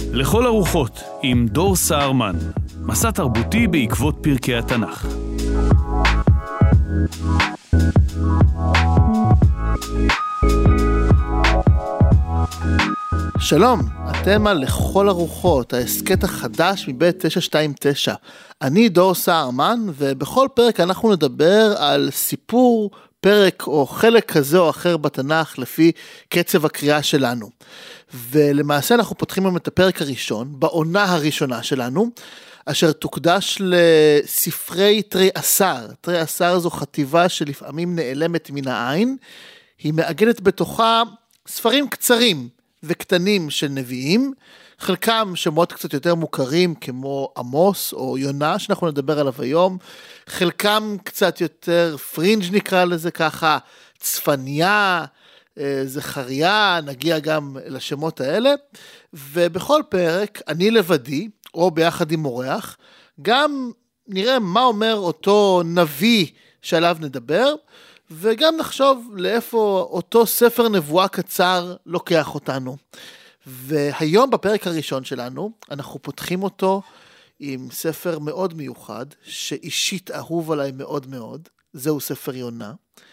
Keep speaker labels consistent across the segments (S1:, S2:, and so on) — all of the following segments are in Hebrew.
S1: לכל הרוחות עם דור סהרמן, מסע תרבותי בעקבות פרקי התנ"ך.
S2: שלום, אתם על לכל הרוחות, ההסקט החדש מבית 929. אני דור סהרמן, ובכל פרק אנחנו נדבר על סיפור, פרק או חלק כזה או אחר בתנ"ך לפי קצב הקריאה שלנו. ולמעשה אנחנו פותחים היום את הפרק הראשון, בעונה הראשונה שלנו, אשר תוקדש לספרי תרי עשר. תרי עשר זו חטיבה שלפעמים נעלמת מן העין, היא מאגדת בתוכה ספרים קצרים וקטנים של נביאים, חלקם שמות קצת יותר מוכרים כמו עמוס או יונה שאנחנו נדבר עליו היום, חלקם קצת יותר פרינג' נקרא לזה ככה, צפניה, זכריה, נגיע גם לשמות האלה, ובכל פרק אני לבדי או ביחד עם אורח, גם נראה מה אומר אותו נביא שעליו נדבר, וגם נחשוב לאיפה אותו ספר נבואה קצר לוקח אותנו. והיום בפרק הראשון שלנו, אנחנו פותחים אותו עם ספר מאוד מיוחד, שאישית אהוב עליי מאוד מאוד, זהו ספר יונה,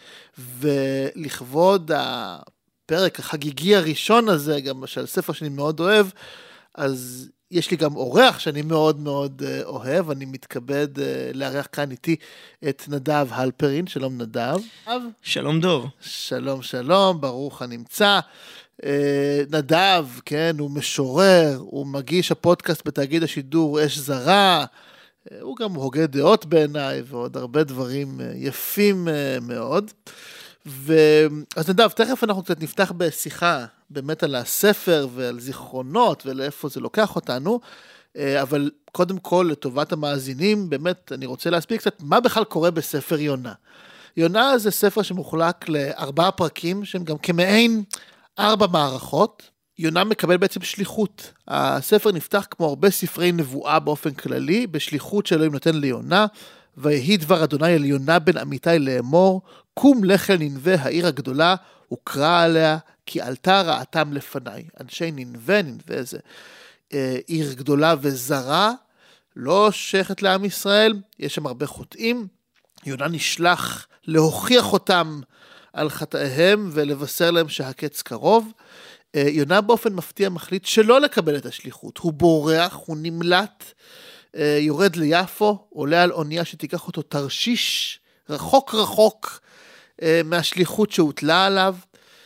S2: ולכבוד הפרק החגיגי הראשון הזה, גם של ספר שאני מאוד אוהב, אז יש לי גם אורח שאני מאוד מאוד אוהב, אני מתכבד לארח כאן איתי את נדב הלפרין. שלום נדב.
S3: שלום דור.
S2: שלום שלום, ברוך הנמצא. נדב, כן, הוא משורר, הוא מגיש הפודקאסט בתאגיד השידור אש זרה, הוא גם הוגה דעות בעיניי ועוד הרבה דברים יפים מאוד. אז נדב, תכף אנחנו קצת נפתח בשיחה באמת על הספר ועל זיכרונות ולאיפה זה לוקח אותנו, אבל קודם כל לטובת המאזינים, באמת אני רוצה להסביר קצת מה בכלל קורה בספר יונה. יונה זה ספר שמוחלק ל4 פרקים שהם גם כמעין 4 מערכות. יונה מקבל בעצם שליחות. הספר נפתח כמו הרבה ספרי נבואה באופן כללי, בשליחות שאלוהים נותן ליונה, ויהי דבר אדוני אל יונה בן אמיתי לאמור, קום לך אל נינווה העיר הגדולה, וקרא עליה, כי עלתה רעתם לפניי. אנשי נינווה, נינווה זה עיר גדולה וזרה, לא שייכת לעם ישראל, יש שם הרבה חוטאים, יונה נשלח להוכיח אותם על חטאיהם, ולבשר להם שהקץ קרוב. יונה באופן מפתיע מחליט שלא לקבל את השליחות, הוא בורח, הוא נמלט, יורד ליפו, עולה על אונייה שתיקח אותו תרשיש, רחוק רחוק מהשליחות שהוטלה עליו.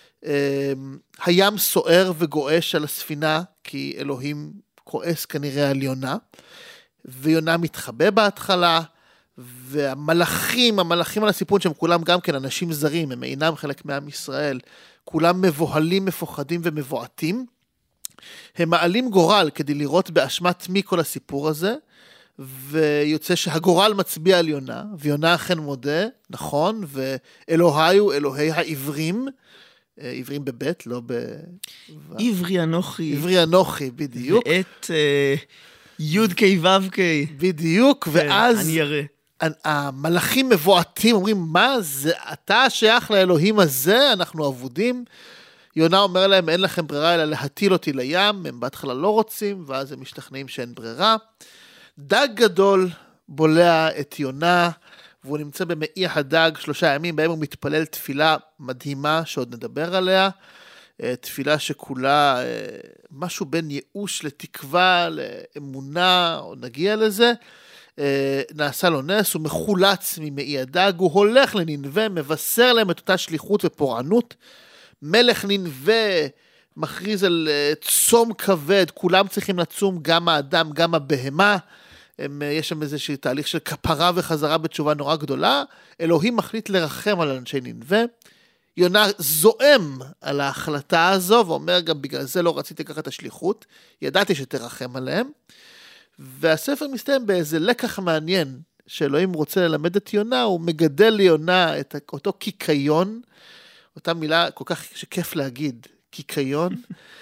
S2: הים סוער וגועש על הספינה, כי אלוהים כועס כנראה על יונה, ויונה מתחבא בהתחלה, והמלאכים על הסיפון שהם כולם גם כן אנשים זרים, הם אינם חלק מעם ישראל, כולם מבוהלים, מפוחדים ומבועטים, הם מעלים גורל כדי לראות באשמת מי כל הסיפור הזה, ויוצא שהגורל מצביע על יונה, ויונה אכן מודה, נכון, ואלוהי הוא אלוהי העברים, עברים בבית, לא ב...
S3: עברי אנוכי.
S2: עברי אנוכי, בדיוק.
S3: ואת יוד קי וו קי.
S2: בדיוק, ואז...
S3: אני ירא.
S2: המלאכים מבועטים, אומרים, מה זה, אתה שייך לאלוהים הזה, אנחנו עבודים. יונה אומר להם, אין לכם ברירה אלא להטיל אותי לים, הם בהתחלה לא רוצים, ואז הם משתכנעים שאין ברירה. דג גדול בולע את יונה, והוא נמצא במאי הדג 3 ימים, בהם הוא מתפלל תפילה מדהימה, שעוד נדבר עליה, תפילה שכולה משהו בין ייאוש לתקווה, לאמונה, או נגיע לזה, נעשה לו נס, הוא מחולץ ממאי הדג, הוא הולך לנינווה, מבשר להם את אותה שליחות ופורענות, מלך נינווה מכריז על צום כבד, כולם צריכים לצום, גם האדם, גם הבהמה, יש שם איזשהו תהליך של כפרה וחזרה בתשובה נורא גדולה, אלוהים מחליט לרחם על אנשי נינווה, יונה זועם על ההחלטה הזו, ואומר גם בגלל זה לא רציתי לקחת את השליחות, ידעתי שתרחם עליהם, והספר מסתיים באיזה לקח מעניין, שאלוהים רוצה ללמד את יונה, הוא מגדל ליונה את אותו קיקיון, אותה מילה כל כך שכיף להגיד, קיקיון,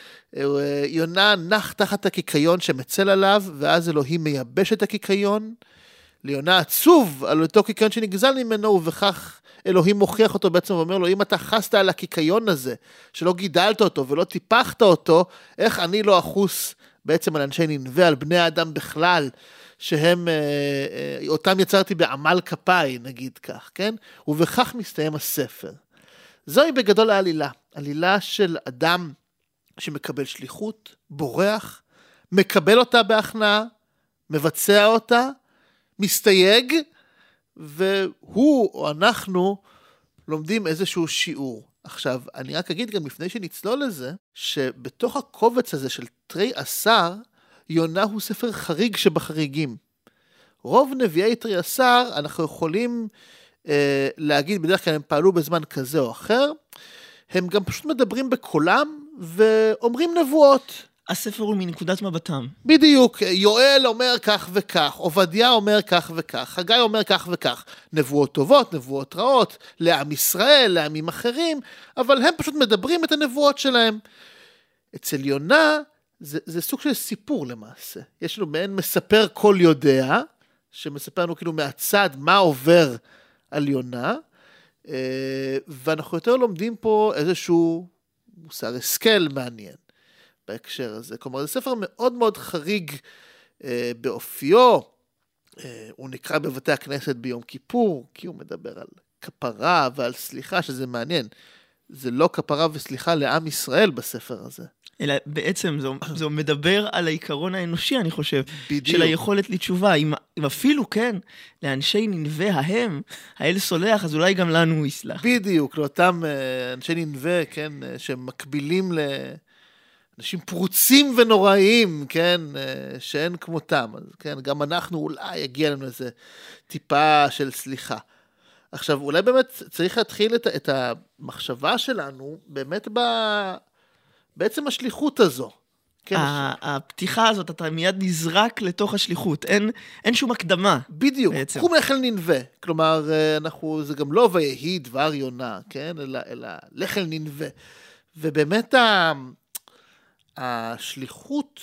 S2: יונה נח תחת הקיקיון שמצל עליו, ואז אלוהים מייבש את הקיקיון, ליונה עצוב על אותו קיקיון שנגזל ממנו, ובכך אלוהים מוכיח אותו בעצם, ואומר לו, אם אתה חסת על הקיקיון הזה, שלא גידלת אותו ולא טיפחת אותו, איך אני לא אחוס בעצם על אנשי נינווה, על בני האדם בכלל, שהם, אותם יצרתי בעמל כפיי, נגיד כך, כן? ובכך מסתיים הספר. זוהי בגדול העלילה, עלילה של אדם שמקבל שליחות, בורח, מקבל אותה בהכנעה, מבצע אותה, מסתייג, והוא או אנחנו לומדים איזשהו שיעור. עכשיו, אני רק אגיד גם לפני שנצלול לזה, שבתוך הקובץ הזה של תרי עשר, יונה הוא ספר חריג שבחריגים. רוב נביאי תרי עשר, אנחנו יכולים להגיד, בדרך כלל הם פעלו בזמן כזה או אחר, הם גם פשוט מדברים בקולם ואומרים נבואות.
S3: הספר הוא מנקודת מבטם.
S2: בדיוק, יואל אומר כך וכך, עובדיה אומר כך וכך, חגי אומר כך וכך, נבואות טובות, נבואות רעות, לעם ישראל, לעמים אחרים, אבל הם פשוט מדברים את הנבואות שלהם. אצל יונה, זה סוג של סיפור למעשה. יש לנו מעין מספר כל יודע, שמספר לנו כאילו מהצד מה עובר על יונה, ואנחנו יותר לומדים פה איזשהו מוסר השכל מעניין בהקשר הזה. כלומר, זה ספר מאוד מאוד חריג באופיו, הוא נקרא בבתי הכנסת ביום כיפור, כי הוא מדבר על כפרה ועל סליחה, שזה מעניין. זה לא כפרה וסליחה לעם ישראל בספר הזה.
S3: אלא בעצם זה מדבר על העיקרון האנושי, אני חושב,
S2: בדיוק.
S3: של היכולת לתשובה. אם אפילו כן, לאנשי נינווה ההם, האל סולח, אז אולי גם לנו הוא יסלח.
S2: בדיוק, לאותם אנשי נינווה, כן, שמקבילים לאנשים פרוצים ונוראיים, כן, שאין כמותם. אז כן, גם אנחנו אולי יגיע לנו איזה טיפה של סליחה. עכשיו, אולי באמת צריך להתחיל את המחשבה שלנו, באמת בעצם השליחות הזו. כן,
S3: הפתיחה הזאת, אתה מיד נזרק לתוך השליחות, אין שום הקדמה.
S2: בדיוק,
S3: בעצם.
S2: קחו לחל נינווה, כלומר, זה גם לא ויהי דבר יונה, כן, אלא לחל נינווה. ובאמת השליחות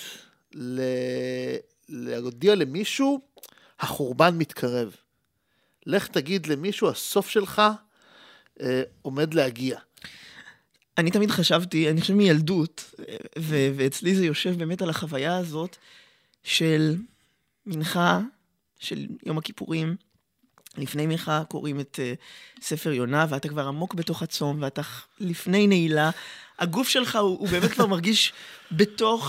S2: להודיע למישהו, החורבן מתקרב. לך תגיד למישהו, הסוף שלך עומד להגיע.
S3: אני תמיד חשבתי, אני חושב מילדות, ואצלי זה יושב באמת על החוויה הזאת של מנחה, של יום הכיפורים. לפני מנחה קוראים את ספר יונה, ואתה כבר עמוק בתוך הצום, ואתה לפני נעילה. הגוף שלך הוא באמת כבר מרגיש בתוך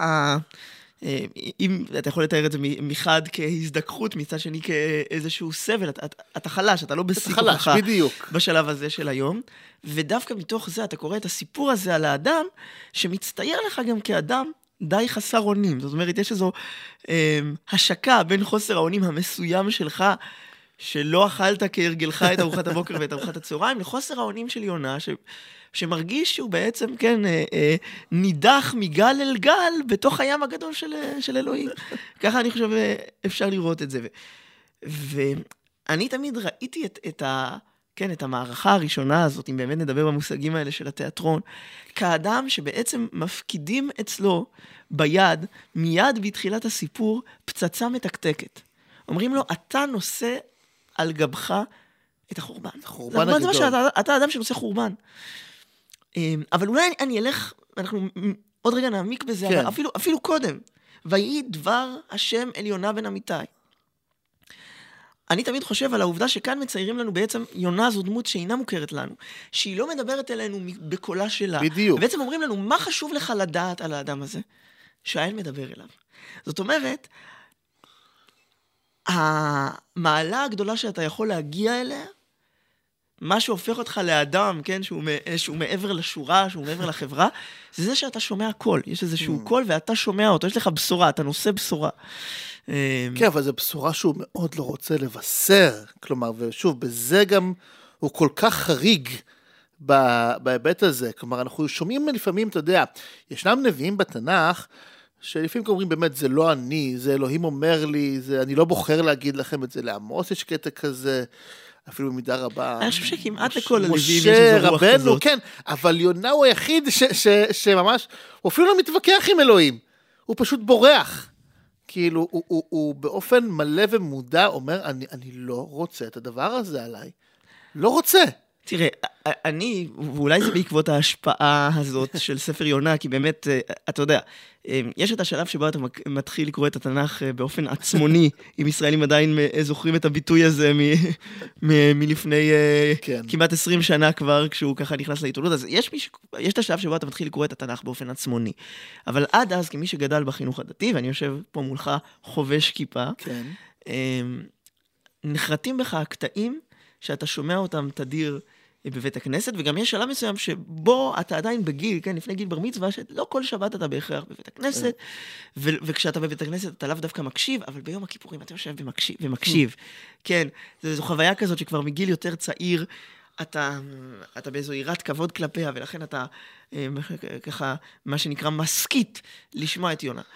S3: אם אתה יכול לתאר את זה מחד כהזדכחות, מצד שני כאיזשהו סבל, אתה חלש, אתה לא בשיא כוחך בשלב הזה של היום, ודווקא מתוך זה אתה קורא את הסיפור הזה על האדם, שמצטייר לך גם כאדם די חסר אונים. זאת אומרת, יש איזו השקה בין חוסר האונים המסוים שלך, שלא אכלת כהרגלך את ארוחת הבוקר ואת ארוחת הצהריים, לחוסר האונים של יונה, שמרגיש שהוא בעצם, כן, נידח מגל אל גל בתוך הים הגדול של אלוהים. ככה אני חושב אפשר לראות את זה. ואני תמיד ראיתי את המערכה הראשונה הזאת, אם באמת נדבר במושגים האלה של התיאטרון, כאדם שבעצם מפקידים אצלו ביד, מיד בתחילת הסיפור, פצצה מתקתקת. אומרים לו, אתה נושא על גבך את החורבן.
S2: החורבן הגדול.
S3: אתה אדם שנושא חורבן. אבל אולי אני אלך, אנחנו עוד רגע נעמיק בזה,
S2: כן.
S3: אבל אפילו קודם. ויהי דבר השם אל יונה בן אמיתי. אני תמיד חושב על העובדה שכאן מציירים לנו בעצם יונה זו דמות שאינה מוכרת לנו, שהיא לא מדברת אלינו בקולה שלה.
S2: בדיוק.
S3: ובעצם אומרים לנו, מה חשוב לך לדעת על האדם הזה? שהאל מדבר אליו. זאת אומרת, המעלה הגדולה שאתה יכול להגיע אליה, מה שהופך אותך לאדם, כן, שהוא מעבר לשורה, שהוא מעבר לחברה, זה זה שאתה שומע קול. יש איזשהו קול ואתה שומע אותו, יש לך בשורה, אתה נושא בשורה.
S2: כן, אבל זו בשורה שהוא מאוד לא רוצה לבשר. כלומר, ושוב, בזה גם הוא כל כך חריג בהיבט הזה. כלומר, אנחנו שומעים לפעמים, אתה יודע, ישנם נביאים בתנ"ך, שלפעמים אומרים באמת, זה לא אני, זה אלוהים אומר לי, אני לא בוחר להגיד לכם את זה. לעמוס יש קטע כזה, אפילו במידה רבה.
S3: אני חושב שכמעט לכל הנביאים יש איזו רוח כזאת.
S2: כן, אבל יונה הוא היחיד שממש, הוא אפילו לא מתווכח עם אלוהים, הוא פשוט בורח. כאילו, הוא באופן מלא ומודע אומר, אני לא רוצה את הדבר הזה עליי. לא רוצה.
S3: תראה, אני, ואולי זה בעקבות ההשפעה הזאת של ספר יונה, כי באמת, אתה יודע, יש את השלב שבו אתה מתחיל לקרוא את התנ"ך באופן עצמוני, אם ישראלים עדיין זוכרים את הביטוי הזה מלפני כמעט 20 שנה כבר, כשהוא ככה נכנס לעיתונות, אז יש את השלב שבו אתה מתחיל לקרוא את התנ"ך באופן עצמוני. אבל עד אז, כמי שגדל בחינוך הדתי, ואני יושב פה מולך חובש כיפה, נחרטים בך הקטעים שאתה שומע אותם תדיר בבית הכנסת, וגם יש שלב מסוים שבו אתה עדיין בגיל, כן, לפני גיל בר מצווה, שלא כל שבת אתה בהכרח בבית הכנסת, וכשאתה בבית הכנסת אתה לאו דווקא מקשיב, אבל ביום הכיפורים אתה יושב ומקשיב. כן, זו חוויה כזאת שכבר מגיל יותר צעיר, אתה באיזו יראת כבוד כלפיה, ולכן אתה ככה, מה שנקרא מסכית לשמוע את יונה.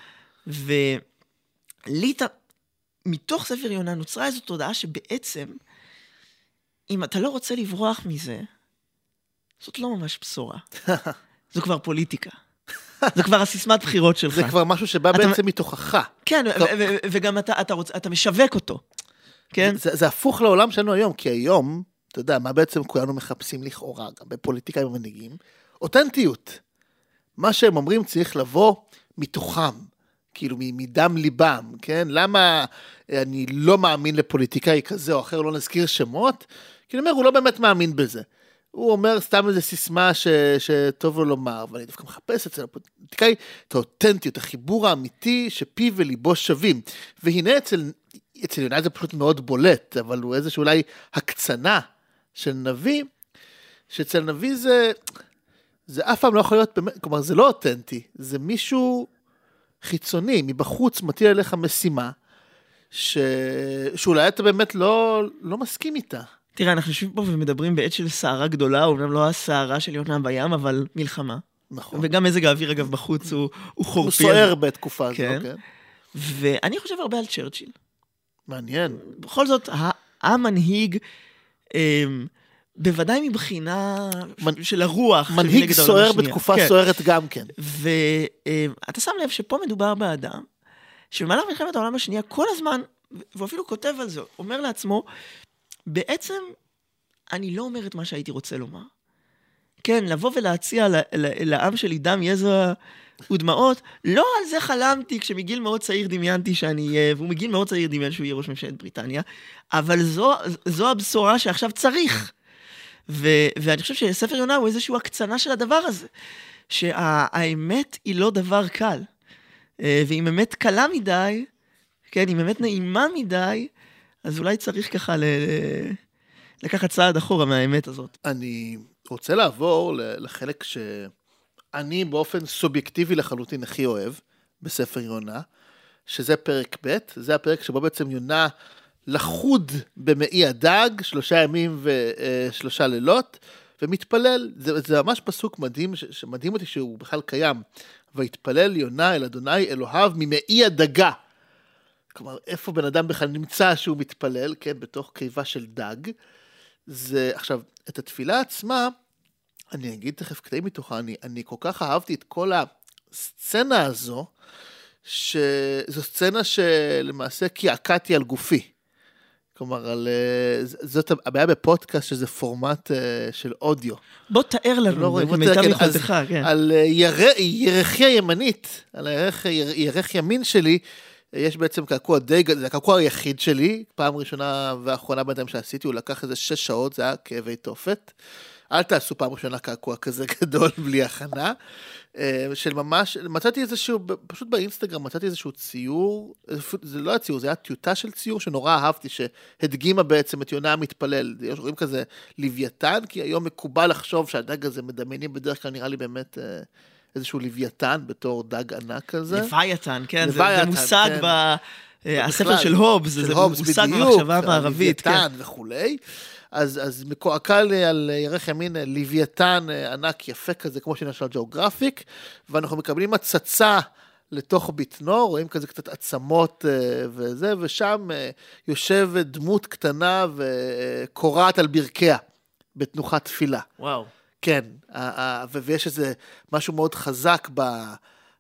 S3: מתוך ספר יונה נוצרה איזו תודעה שבעצם, אם אתה לא רוצה לברוח מזה, זאת לא ממש בשורה. זו כבר פוליטיקה. זו כבר הסיסמת בחירות שלך.
S2: זה כבר משהו שבא בעצם מתוכך.
S3: כן, וגם אתה משווק אותו. כן?
S2: זה הפוך לעולם שלנו היום, כי היום, אתה יודע, מה בעצם כולנו מחפשים לכאורה, גם בפוליטיקה עם מנהיגים? אותנטיות. מה שהם אומרים צריך לבוא מתוכם. כאילו מדם ליבם, כן? למה אני לא מאמין לפוליטיקאי כזה או אחר, לא נזכיר שמות? כי אני אומר, הוא לא באמת מאמין בזה. הוא אומר סתם איזו סיסמה שטוב לו לומר, אבל אני דווקא מחפש אצל הפוליטיקאי את האותנטיות, החיבור האמיתי שפיו וליבו שווים. והנה אצל יונה זה פשוט מאוד בולט, אבל הוא איזשהו אולי הקצנה של נביא, שאצל נביא זה אף פעם לא יכול להיות, כלומר זה לא אותנטי, זה מישהו חיצוני, מבחוץ מטיל עליך משימה, שאולי אתה באמת לא מסכים איתה.
S3: תראה, אנחנו יושבים פה ומדברים בעת של סערה גדולה, אומנם לא הסערה של יונה בים, אבל מלחמה.
S2: נכון.
S3: וגם מזג האוויר, אגב, בחוץ הוא חורפי.
S2: הוא סוער בתקופה הזו, כן.
S3: ואני חושב הרבה על צ'רצ'יל.
S2: מעניין.
S3: בכל זאת, המנהיג, בוודאי מבחינה של הרוח.
S2: מנהיג סוער בתקופה סוערת גם כן.
S3: ואתה שם לב שפה מדובר באדם, שבמהלך מלחמת העולם השנייה, כל הזמן, והוא אפילו כותב על זה, אומר לעצמו, בעצם אני לא אומר את מה שהייתי רוצה לומר. כן, לבוא ולהציע לעם שלי דם, יזע ודמעות, לא על זה חלמתי כשמגיל מאוד צעיר דמיינתי שאני אהיה, והוא מגיל מאוד צעיר דמיין שהוא יהיה ראש ממשלת בריטניה, אבל זו הבשורה שעכשיו צריך. ואני חושב שספר יונה הוא איזושהי הקצנה של הדבר הזה, שהאמת היא לא דבר קל. ואם אמת קלה מדי, כן, אם אמת נעימה מדי, אז אולי צריך ככה לקחת צעד אחורה מהאמת הזאת.
S2: אני רוצה לעבור לחלק שאני באופן סובייקטיבי לחלוטין הכי אוהב בספר יונה, שזה פרק ב', זה הפרק שבו בעצם יונה לחוד במאי הדג, 3 ימים ו3 לילות, ומתפלל. זה ממש פסוק מדהים, שמדהים אותי שהוא בכלל קיים. והתפלל יונה אל אדוני אלוהיו ממאי הדגה. כלומר, איפה בן אדם בכלל נמצא שהוא מתפלל, כן, בתוך קיבה של דג. זה, עכשיו, את התפילה עצמה, אני אגיד תכף קטעים מתוכה, אני כל כך אהבתי את כל הסצנה הזו, שזו סצנה שלמעשה קעקעתי על גופי. כלומר, זאת הבעיה בפודקאסט, שזה פורמט של אודיו.
S3: בוא תאר לנו, במיטב יכולתך, כן.
S2: על ירחי הימנית, על ירח ימין שלי, יש בעצם קעקוע זה הקעקוע היחיד שלי, פעם ראשונה ואחרונה בינתיים שעשיתי, הוא לקח איזה 6 שעות, זה היה כאבי תופת. אל תעשו פעם ראשונה קעקוע כזה גדול בלי הכנה, של ממש, מצאתי איזשהו, פשוט באינסטגרם מצאתי איזשהו ציור, זה לא היה ציור, זה היה טיוטה של ציור שנורא אהבתי, שהדגימה בעצם את יונה המתפלל, רואים כזה לוויתן, כי היום מקובל לחשוב שהדג הזה מדמיינים בדרך כלל נראה לי באמת איזשהו לוויתן בתור דג ענק כזה.
S3: לוויתן, כן, זה מושג הספר של הובס, זה מושג במחשבה המערבית.
S2: לוויתן וכולי. אז מקועקע על ירח ימין לוויתן ענק יפה כזה, כמו שנשאל ג'אוגרפיק, ואנחנו מקבלים הצצה לתוך בטנו, רואים כזה קצת עצמות וזה, ושם יושב דמות קטנה וקורעת על ברכיה, בתנוחת תפילה.
S3: וואו.
S2: כן, ויש איזה משהו מאוד חזק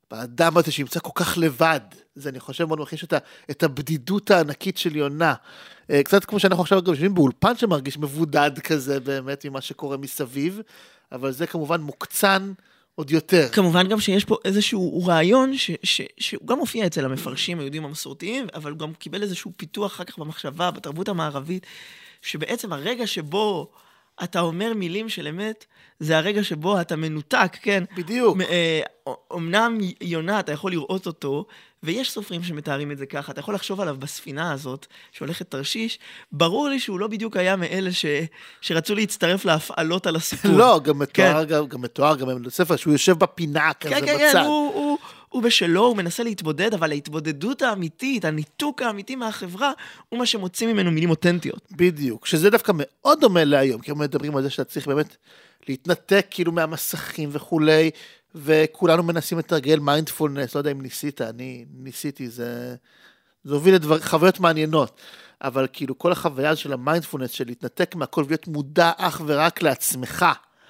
S2: באדם הזה שימצא כל כך לבד. זה אני חושב מאוד מכניס את הבדידות הענקית של יונה. קצת כמו שאנחנו עכשיו גם יושבים באולפן שמרגיש מבודד כזה באמת ממה שקורה מסביב, אבל זה כמובן מוקצן עוד יותר.
S3: כמובן גם שיש פה איזשהו רעיון שהוא גם מופיע אצל המפרשים היהודים המסורתיים, אבל הוא גם קיבל איזשהו פיתוח אחר כך במחשבה, בתרבות המערבית, שבעצם הרגע שבו אתה אומר מילים של אמת, זה הרגע שבו אתה מנותק, כן?
S2: בדיוק.
S3: אמנם יונה, אתה יכול לראות אותו, ויש סופרים שמתארים את זה ככה, אתה יכול לחשוב עליו בספינה הזאת, שהולכת תרשיש, ברור לי שהוא לא בדיוק היה מאלה שרצו להצטרף להפעלות על הסיפור.
S2: לא, גם מתואר, גם בספר, שהוא יושב בפינה כזה בצד.
S3: כן, הוא בשלו, הוא מנסה להתבודד, אבל ההתבודדות האמיתית, הניתוק האמיתי מהחברה, הוא מה שמוצאים ממנו מילים אותנטיות.
S2: בדיוק, שזה דווקא מאוד דומה להיום, כי הם מדברים על זה שאתה צריך באמת להתנתק כאילו מהמסכים וכולי, וכולנו מנסים לתרגל מיינדפולנס, לא יודע אם ניסית, אני ניסיתי, זה הוביל לחוויות מעניינות, אבל כאילו כל החוויה של המיינדפולנס, של להתנתק מהכל ולהיות מודע אך ורק לעצמך,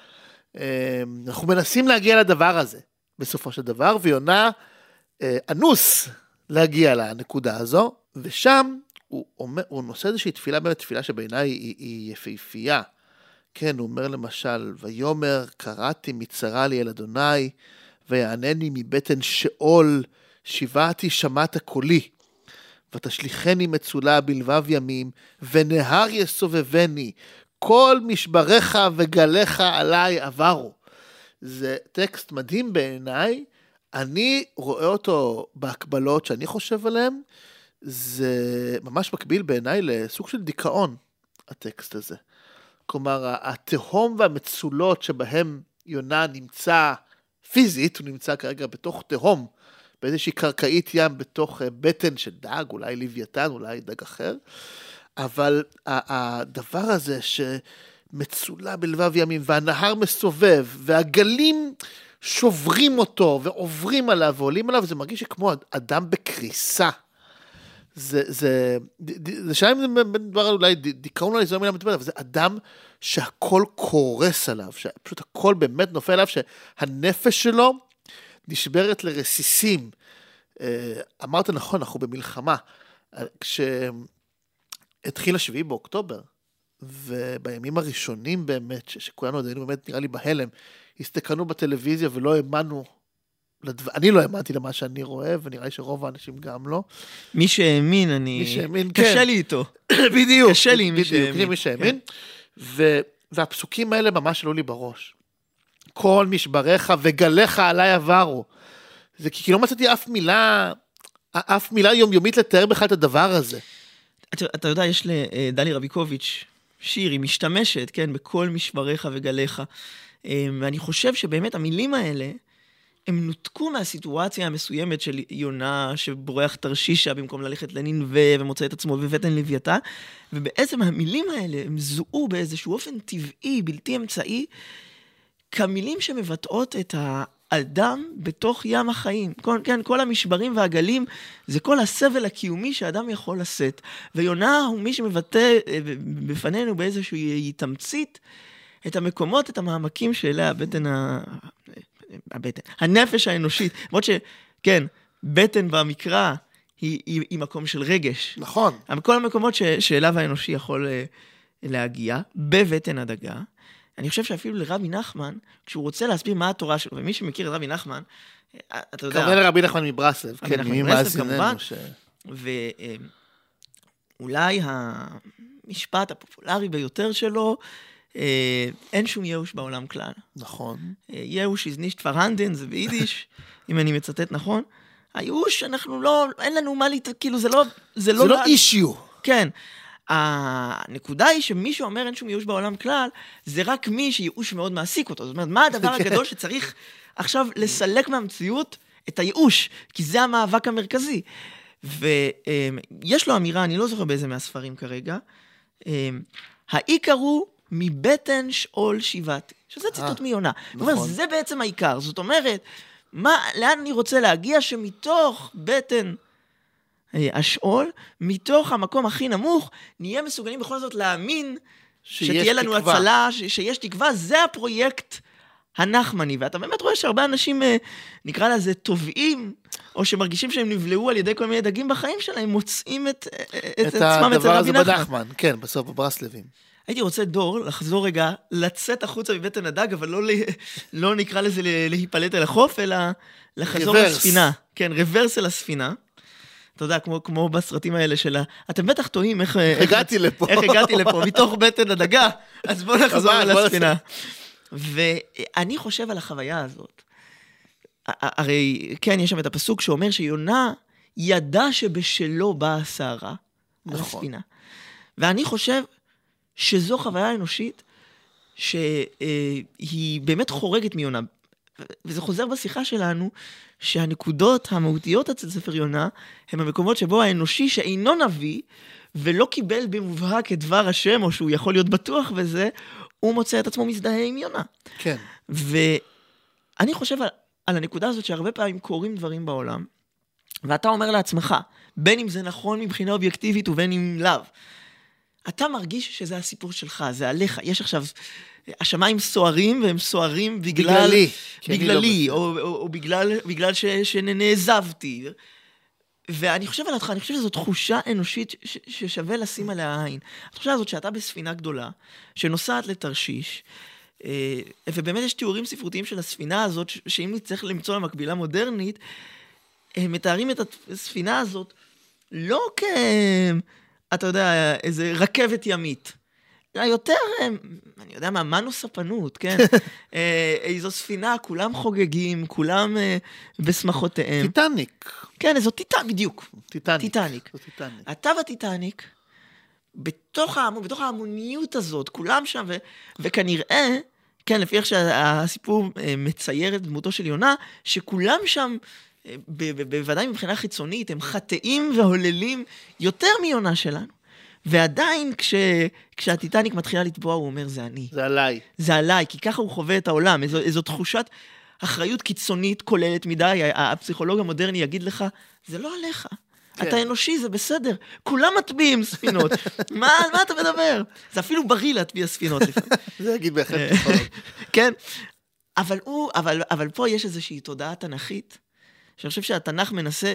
S2: אנחנו מנסים להגיע לדבר הזה, בסופו של דבר, ויונה אנוס להגיע לנקודה הזו, ושם הוא נושא איזושהי תפילה, באמת תפילה שבעיניי היא יפהפייה, כן, הוא אומר למשל, ויומר קראתי מצרה לי אל אדוני, ויענני מבטן שאול, שיבעתי שמעת קולי, ותשליחני מצולה בלבב ימים, ונהר יסובבני, כל משבריך וגליך עליי עברו. זה טקסט מדהים בעיניי, אני רואה אותו בהקבלות שאני חושב עליהם, זה ממש מקביל בעיניי לסוג של דיכאון, הטקסט הזה. כלומר, התהום והמצולות שבהם יונה נמצא פיזית, הוא נמצא כרגע בתוך תהום, באיזושהי קרקעית ים, בתוך בטן של דג, אולי לוויתן, אולי דג אחר, אבל הדבר הזה שמצולה בלבב ימים, והנהר מסובב, והגלים שוברים אותו, ועוברים עליו, ועולים עליו, זה מרגיש כמו אדם בקריסה. זה שאלה אם זה מדבר אולי דיכאון אולי זו המילה מדברת, אבל זה אדם שהכל קורס עליו, שפשוט הכל באמת נופל עליו, שהנפש שלו נשברת לרסיסים. אמרת נכון, אנחנו במלחמה. כשהתחיל 7 באוקטובר, ובימים הראשונים באמת, שכולנו היינו באמת נראה לי בהלם, הסתכלנו בטלוויזיה ולא האמנו, אני לא האמנתי למה שאני רואה, ונראה לי שרוב האנשים גם לא.
S3: מי שהאמין, קשה לי איתו.
S2: בדיוק.
S3: קשה לי
S2: מי שהאמין. והפסוקים האלה ממש עלו לי בראש. כל משבריך וגליך עליי עברו. זה כי לא מצאתי אף מילה יומיומית לתאר בכלל את הדבר הזה.
S3: אתה יודע, יש לדלי רביקוביץ' שיר, היא משתמשת, כן, בכל משבריך וגליך. ואני חושב שבאמת המילים האלה, הם נותקו מהסיטואציה המסוימת של יונה שבורח תרשישה במקום ללכת לנינווה ומוצא את עצמו בבטן לוויתן, ובעצם המילים האלה הם זוהו באיזשהו אופן טבעי, בלתי אמצעי, כמילים שמבטאות את האדם בתוך ים החיים. כן, כל המשברים והגלים זה כל הסבל הקיומי שאדם יכול לשאת, ויונה הוא מי שמבטא בפנינו באיזשהו תמצית את המקומות, את המעמקים שאליה הנפש האנושית, למרות שכן, בטן במקרא היא מקום של רגש.
S2: נכון.
S3: כל המקומות שאליו האנושי יכול להגיע, בבטן הדגה. אני חושב שאפילו לרבי נחמן, כשהוא רוצה להסביר מה התורה שלו, ומי שמכיר את רבי נחמן, אתה יודע...
S2: כמובן רבי נחמן מברסלב, כן,
S3: מי מאזיננו. ואולי המשפט הפופולרי ביותר שלו, אין שום ייאוש בעולם כלל.
S2: נכון.
S3: ייאוש is nicht vorhanden, זה ביידיש, אם אני מצטט נכון. הייאוש, אנחנו לא, אין לנו מה כאילו זה לא
S2: אישיו.
S3: כן. הנקודה היא שמי שאומר אין שום ייאוש בעולם כלל, זה רק מי שייאוש מאוד מעסיק אותו. זאת אומרת, מה הדבר הגדול שצריך עכשיו לסלק מהמציאות את הייאוש? כי זה המאבק המרכזי. ויש לו אמירה, אני לא זוכר באיזה מהספרים כרגע, העיקר הוא מבטן שאול שיבעתי, שזה ציטוט מיונה. נכון. זאת אומרת, זה בעצם העיקר. זאת אומרת, לאן אני רוצה להגיע שמתוך בטן השאול, מתוך המקום הכי נמוך, נהיה מסוגלים בכל זאת להאמין שתהיה לנו הצלה, שיש תקווה, זה הפרויקט הנחמני, ואתה באמת רואה שהרבה אנשים, נקרא לזה, טובעים, או שמרגישים שהם נבלעו על ידי כל מיני דגים בחיים שלהם, מוצאים את עצמם אצל רבי נחמן.
S2: בנחמן, כן, בסוף בברסלבים.
S3: הייתי רוצה, דור, לחזור רגע, לצאת החוצה מבטן הדג, אבל לא נקרא לזה להיפלט אל החוף, אלא לחזור לספינה. כן, רוורס אל הספינה. אתה יודע, כמו בסרטים האלה שלה, אתם בטח טועים איך
S2: הגעתי
S3: לפה, מתוך בטן הדגה, אז בואו נחזור לספינה. ואני חושב על החוויה הזאת. הרי, כן, יש שם את הפסוק שאומר שיונה ידע שבשלו באה הסערה על הספינה. ואני חושב שזו חוויה אנושית שהיא באמת חורגת מיונה. וזה חוזר בשיחה שלנו, שהנקודות המהותיות אצל ספר יונה, הם המקומות שבו האנושי שאינו נביא, ולא קיבל במובהק את דבר השם, או שהוא יכול להיות בטוח בזה, הוא מוצא את עצמו מזדהה עם יונה.
S2: כן.
S3: ואני חושב על הנקודה הזאת שהרבה פעמים קורים דברים בעולם, ואתה אומר לעצמך, בין אם זה נכון מבחינה אובייקטיבית ובין אם לאו, אתה מרגיש שזה הסיפור שלך, זה עליך. יש עכשיו, השמיים סוערים, והם סוערים בגללי, או בגלל שנעזבתי. ואני חושב על אותך, אני חושב שזו תחושה אנושית ששווה לשים עליה עין. התחושה הזאת שאתה בספינה גדולה, שנוסעת לתרשיש, ובאמת יש תיאורים ספרותיים של הספינה הזאת, שאם נצטרך למצוא לה מקבילה מודרנית, הם מתארים את הספינה הזאת לא אתה יודע, איזה רכבת ימית. יותר, אני יודע מה, מנוס הפנות, כן? איזו ספינה, כולם חוגגים, כולם בשמחותיהם.
S2: טיטניק.
S3: כן, איזו בדיוק.
S2: טיטניק.
S3: אתה בטיטניק, בתוך ההמוניות הזאת, כולם שם, וכנראה, כן, לפי איך שהסיפור מצייר את דמותו של יונה, שכולם שם, בוודאי מבחינה חיצונית, הם חטאים והוללים יותר מיונה שלנו. ועדיין כשהטיטניק מתחילה לטבוע, הוא אומר, זה אני. זה עליי, כי ככה הוא חווה את העולם. איזו תחושת אחריות קיצונית כוללת מדי. הפסיכולוג המודרני יגיד לך, זה לא עליך. כן. אתה אנושי, זה בסדר. כולם מטביעים ספינות. על מה אתה מדבר? זה אפילו בריא להטביע ספינות.
S2: זה יגיד בהחלט פסיכולוג.
S3: כן. אבל פה יש איזושהי תודעה תנכית, שאני חושב שהתנ"ך מנסה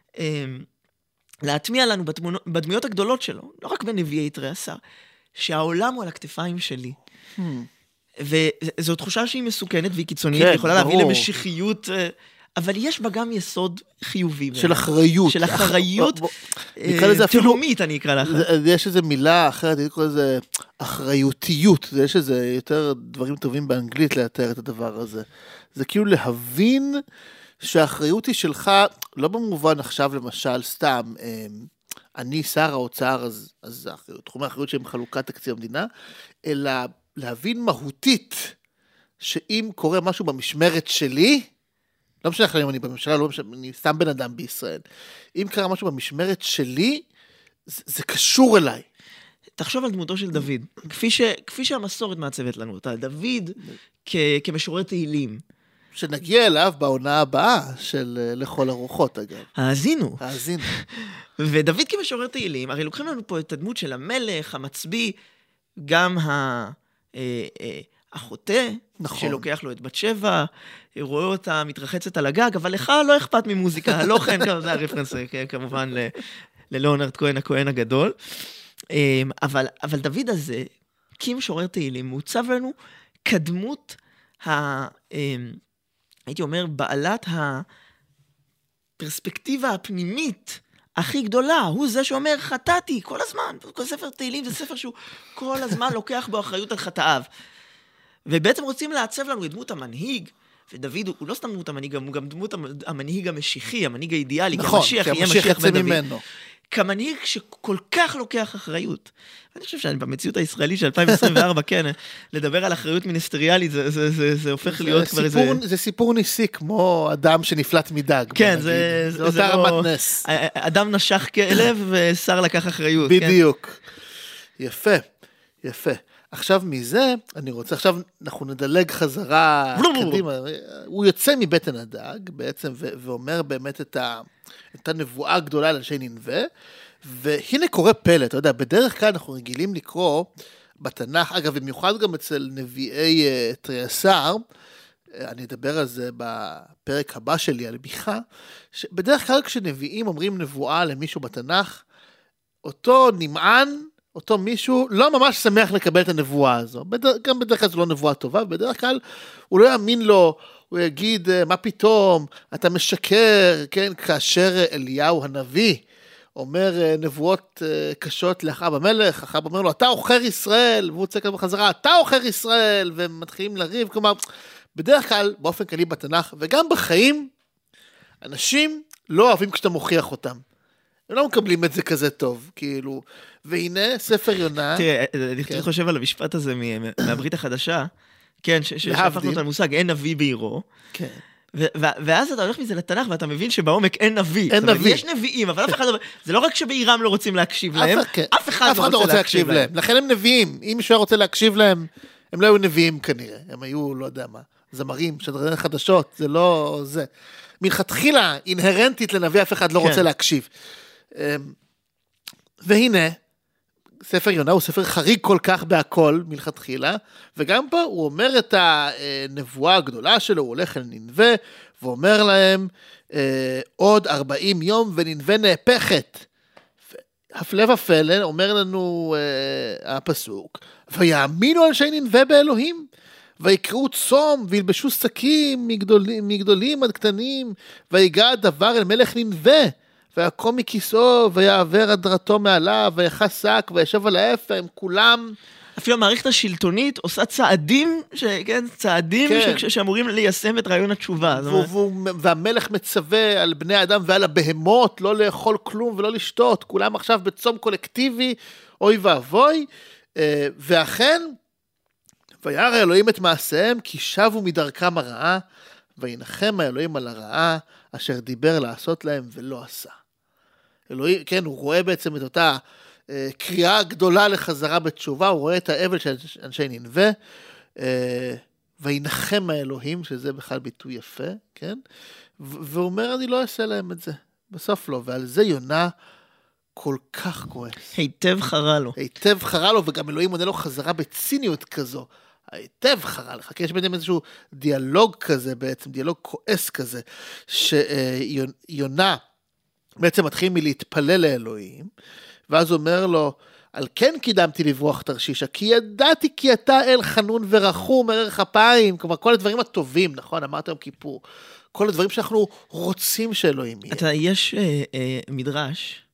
S3: להטמיע לנו בדמויות הגדולות שלו, לא רק בנביאי תריעשר, שהעולם הוא על הכתפיים שלי. וזו תחושה שהיא מסוכנת והיא קיצונית, היא יכולה להביא למשיחיות, אבל יש בה גם יסוד חיובי.
S2: של אחריות.
S3: של אחריות תהומית, אני אקרא לך.
S2: יש איזו מילה אחרת, אני קורא לזה אחריותיות, יש איזה יותר דברים טובים באנגלית לאתר את הדבר הזה. זה כאילו להבין שהאחריות היא שלך, לא במובן עכשיו למשל סתם, אני שר האוצר, אז תחום האחריות שהם חלוקת תקציב המדינה, אלא להבין מהותית, שאם קורה משהו במשמרת שלי, לא משנה אם אני בממשלה, לא משנה, אני סתם בן אדם בישראל, אם קרה משהו במשמרת שלי, זה קשור אליי.
S3: תחשוב על דמותו של דוד, כפי שהמסורת מעצבת לנו אותה, דוד כמשורר תהילים,
S2: שנגיע אליו בעונה הבאה של לכל הרוחות, אגב.
S3: האזינו.
S2: ודוד
S3: כמשורר תהילים, הרי לוקחים לנו פה את הדמות של המלך, המצביא, גם החוטא, נכון. שלוקח לו את בת שבע, רואה אותה מתרחצת על הגג, אבל לך לא אכפת ממוזיקה, לא כן, זה הרפרנס, כמובן, ללאונרד כהן, הכהן הגדול. אבל דוד הזה, כמשורר תהילים, מעוצב לנו כדמות הייתי אומר, בעלת הפרספקטיבה הפנימית הכי גדולה, הוא זה שאומר, חטאתי כל הזמן, כל ספר תהילים זה ספר שהוא כל הזמן לוקח בו אחריות על חטאיו. ובעצם רוצים לעצב לנו את דמות המנהיג, ודוד הוא לא סתם דמות המנהיג, הוא גם דמות המנהיג המשיחי, המנהיג האידיאלי,
S2: נכון,
S3: כי המשיח יצא ממנו. כמנהיג שכל כך לוקח אחריות. אני חושב שבמציאות הישראלית של 2024, כן, לדבר על אחריות מיניסטריאלית, זה הופך להיות כבר איזה...
S2: זה סיפור ניסי, כמו אדם שנפלט מדג.
S3: כן, זה
S2: אותה רמת נס.
S3: אדם נשך כלב, ושר לקח אחריות.
S2: בדיוק. יפה, יפה. עכשיו מזה, אני רוצה, עכשיו אנחנו נדלג חזרה קדימה. הוא יוצא מבטן הדג, בעצם, ואומר באמת את הנבואה הגדולה על אנשי נינווה, והנה קורא פלא, אתה יודע, בדרך כלל אנחנו רגילים לקרוא בתנ"ך, אגב, במיוחד גם אצל נביאי תריעשר, אני אדבר על זה בפרק הבא שלי, על מיכה, שבדרך כלל כשנביאים אומרים נבואה למישהו בתנ"ך, אותו נמען, אותו מישהו לא ממש שמח לקבל את הנבואה הזו. גם בדרך כלל זו לא נבואה טובה, בדרך כלל הוא לא יאמין לו, הוא יגיד, מה פתאום, אתה משקר, כן, כאשר אליהו הנביא אומר נבואות קשות לאחאב המלך, אחאב אומר לו, אתה עוכר ישראל, והוא צועק בחזרה, אתה עוכר ישראל, והם מתחילים לריב, כלומר, בדרך כלל, באופן כללי בתנ"ך, וגם בחיים, אנשים לא אוהבים כשאתה מוכיח אותם. הם לא מקבלים את זה כזה טוב, כאילו, והנה, ספר יונה.
S3: תראה, אני קצת חושב על המשפט הזה מהברית החדשה, כן, שהפכנו את המושג, אין נביא בעירו. כן. ואז אתה הולך מזה לתנ"ך, ואתה מבין שבעומק אין נביא. אין נביא. יש נביאים, אבל אף אחד לא... זה לא רק שבעירם לא רוצים להקשיב להם, אף אחד לא רוצה להקשיב להם.
S2: לכן הם נביאים. אם מישהו רוצה להקשיב להם, הם לא היו נביאים כנראה. הם היו, לא יודע מה, זמרים, שדרני חדשות, זה לא זה. מלכתחילה, אינהרנטית לנביא, אף אחד לא רוצה להקשיב. והנה, ספר יונה הוא ספר חריג כל כך בהכל מלכתחילה, וגם פה הוא אומר את הנבואה הגדולה שלו, הוא הולך אל נינווה, ואומר להם, עוד 40 יום ונינווה נהפכת. הפלא ופלא, אומר לנו הפסוק, ויאמינו אנשי נינווה באלוהים, ויקראו צום, וילבשו שקים מגדולים עד קטנים, ויגע הדבר אל מלך נינווה, ויקום מכיסאו, ויעבר הדרתו מעליו, ויחס שק, וישב על האפר, הם כולם...
S3: אפילו המערכת השלטונית עושה צעדים, צעדים שאמורים ליישם את רעיון התשובה.
S2: והמלך מצווה על בני האדם ועל הבהמות, לא לאכול כלום ולא לשתות, כולם עכשיו בצום קולקטיבי, אוי ואבוי, ואכן, וירא אלוהים את מעשיהם, כי שבו מדרכם הרעה, וינחם האלוהים על הרעה, אשר דיבר לעשות להם ולא עשה. אלוהים, כן, הוא רואה בעצם את אותה קריאה גדולה לחזרה בתשובה, הוא רואה את האבל של אנשי נינווה, וינחם האלוהים, שזה בכלל ביטוי יפה, כן? והוא אומר, אני לא אעשה להם את זה. בסוף לא, ועל זה יונה כל כך כועס.
S3: היטב חרה לו.
S2: היטב חרה לו, וגם אלוהים עונה לו חזרה בציניות כזו. היטב חרה לך, כי יש ביניהם איזשהו דיאלוג כזה בעצם, דיאלוג כועס כזה, שיונה בעצם מתחיל מלהתפלל לאלוהים, ואז הוא אומר לו, על כן קידמתי לברוח תרשישה, כי ידעתי כי אתה אל חנון ורחום, ערך אפיים, כלומר כל הדברים הטובים, נכון, אמרת יום כיפור, כל הדברים שאנחנו רוצים שאלוהים יהיה.
S3: אתה, יש מדרש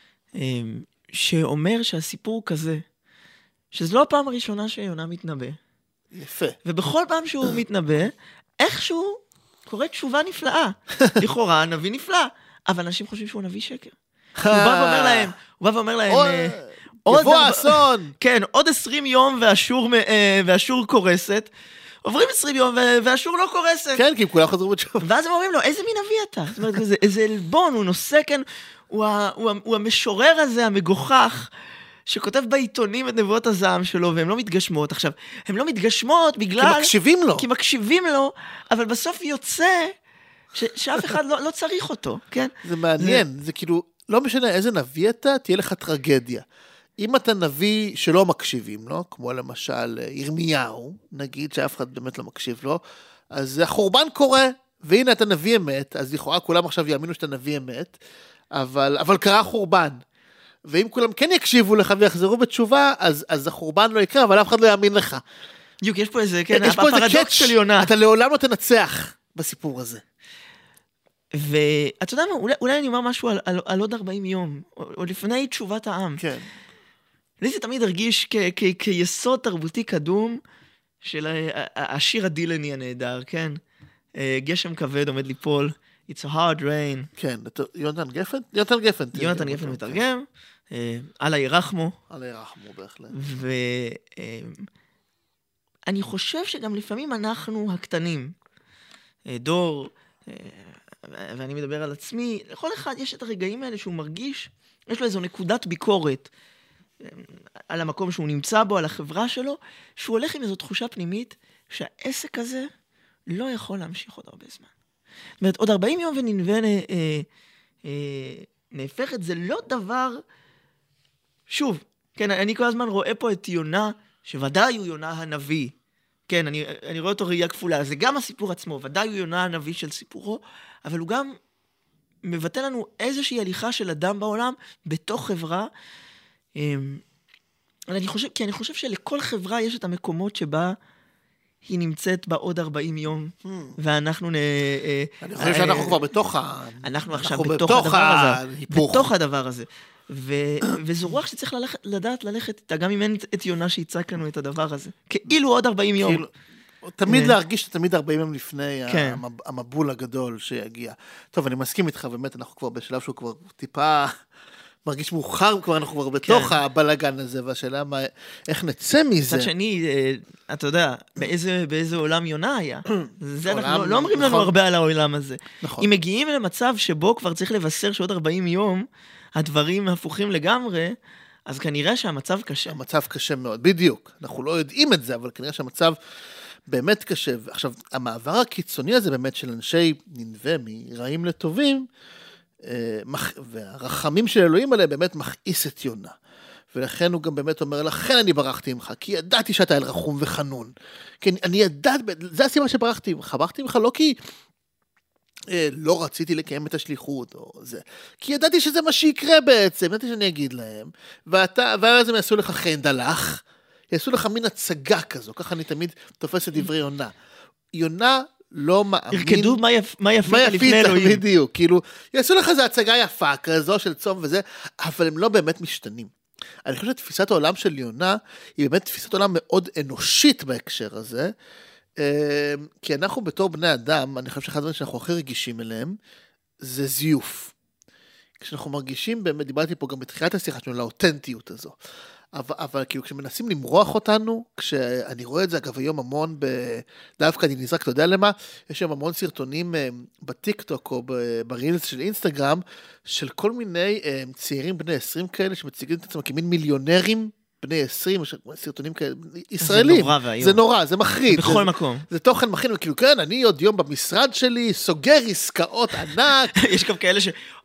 S3: שאומר שהסיפור כזה, שזו לא הפעם הראשונה שיונה מתנבא.
S2: יפה.
S3: ובכל פעם שהוא מתנבא, איכשהו קורה תשובה נפלאה. לכאורה, נביא נפלא, אבל אנשים חושבים שהוא נביא שקר. הוא בא ואומר להם,
S2: יבוא אסון.
S3: כן, עוד 20 יום והשור קורסת, עוברים 20 יום והשור לא קורסת.
S2: כן, כי כולם חזרו בתשובה.
S3: ואז הם אומרים לו, איזה מין נביא אתה? זאת אומרת, איזה אלבון, הוא נושא, כן, הוא המשורר הזה, המגוחך, שכותב בעיתונים את נבואות הזעם שלו, והן לא מתגשמות. עכשיו, הן לא מתגשמות בגלל...
S2: כי מקשיבים
S3: לו, אבל בסוף יוצא שאף אחד לא צריך אותו, כן?
S2: זה מעניין, זה כאילו, לא משנה איזה נביא אתה, תהיה לך טרגדיה. אם אתה נביא שלא מקשיבים לו, כמו למשל ירמיהו, נגיד שאף אחד באמת לא מקשיב לו, אז החורבן קורה, והנה אתה נביא אמת, אז לכאורה כולם עכשיו יאמינו שאתה נביא אמת, אבל קרה חורבן. ואם כולם כן יקשיבו לך ויחזרו בתשובה, אז החורבן לא יקרה, אבל אף אחד לא יאמין לך.
S3: בדיוק, יש פה איזה, כן, הפרדוקס של יונה.
S2: אתה לעולם לא תנצח בסיפור הזה.
S3: ואתה יודע מה, אולי אני אומר משהו על עוד 40 יום, או לפני תשובת העם.
S2: כן.
S3: לי זה תמיד הרגיש כיסוד תרבותי קדום של השיר הדילני הנהדר, כן? גשם כבד עומד ליפול, It's a hard rain.
S2: כן, יונתן גפן.
S3: יונתן גפן מתרגם, אללה ירחמו.
S2: אללה ירחמו, בהחלט.
S3: ואני חושב שגם לפעמים אנחנו הקטנים, דור, ואני מדבר על עצמי, לכל אחד יש את הרגעים האלה שהוא מרגיש, יש לו איזו נקודת ביקורת על המקום שהוא נמצא בו, על החברה שלו, שהוא הולך עם איזו תחושה פנימית שהעסק הזה לא יכול להמשיך עוד הרבה זמן. זאת אומרת, עוד 40 יום ונינווה נהפכת, זה לא דבר, שוב, כן, אני כל הזמן רואה פה את יונה, שוודאי הוא יונה הנביא, כן, אני רואה אותו ראייה כפולה. זה גם הסיפור עצמו, ודאי הוא יונה הנביא של סיפורו, אבל הוא גם מבטא לנו איזושהי הליכה של אדם בעולם, בתוך חברה. אני חושב שלכל חברה יש את המקומות שבה היא נמצאת בעוד 40 יום, ואנחנו
S2: אני חושב שאנחנו כבר בתוך
S3: אנחנו עכשיו בתוך הדבר הזה. וזו רוח שצריך לדעת ללכת איתה, גם אם אין את יונה שיצק לנו את הדבר הזה. כאילו עוד 40 יום.
S2: תמיד להרגיש שתמיד 40 יום לפני המבול הגדול שיגיע. טוב, אני מסכים איתך, באמת, אנחנו כבר בשלב שהוא כבר טיפה מרגיש מאוחר, כבר אנחנו כבר בתוך הבלגן הזה, והשאלה איך נצא מזה.
S3: מצד שני, אתה יודע, באיזה עולם יונה היה. זה אנחנו לא אומרים לנו הרבה על העולם הזה. אם מגיעים למצב שבו כבר צריך לבשר שעוד 40 יום, הדברים הפוכים לגמרי, אז כנראה שהמצב קשה.
S2: המצב קשה מאוד, בדיוק. אנחנו לא יודעים את זה, אבל כנראה שהמצב באמת קשה. עכשיו, המעבר הקיצוני הזה באמת של אנשי ננבה מרעים לטובים, והרחמים של אלוהים עליהם באמת מכעיס את יונה. ולכן הוא גם באמת אומר, לכן אני ברחתי ממך, כי ידעתי שאתה אל רחום וחנון. כי אני ידעת, זה הסיבה שברחתי ממך. ברחתי ממך לא כי לא רציתי לקיים את השליחות, או זה. כי ידעתי שזה מה שיקרה בעצם, ידעתי שאני אגיד להם, ואז הם יעשו לך חן דלך, יעשו לך מין הצגה כזו, ככה אני תמיד תופס את דברי יונה. יונה לא מאמין.
S3: ירקדו מה יפית לפני אלוהים.
S2: בדיוק, כאילו, יעשו לך איזו הצגה יפה, כזו של צום וזה, אבל הם לא באמת משתנים. אני חושב שתפיסת העולם של יונה, היא באמת תפיסת עולם מאוד אנושית בהקשר הזה, כי אנחנו בתור בני אדם, אני חושב שאחד הדברים שאנחנו הכי רגישים אליהם, זה זיוף. כשאנחנו מרגישים, באמת דיברתי פה גם בתחילת השיחה שלנו, לאותנטיות הזו. אבל כאילו כשמנסים למרוח אותנו, כשאני רואה את זה אגב היום המון, דווקא אני נזרק, אתה יודע למה? יש שם המון סרטונים בטיקטוק או ברילס של אינסטגרם, של כל מיני צעירים בני 20 כאלה, שמציגים את עצמם כמין מיליונרים, בני 20, סרטונים כאלה, ישראלים. זה
S3: נורא והיום.
S2: זה נורא, זה מחריד.
S3: בכל מקום.
S2: זה תוכן מחריד, וכאילו, כן, אני עוד יום במשרד שלי, סוגר עסקאות ענק.
S3: יש גם כאלה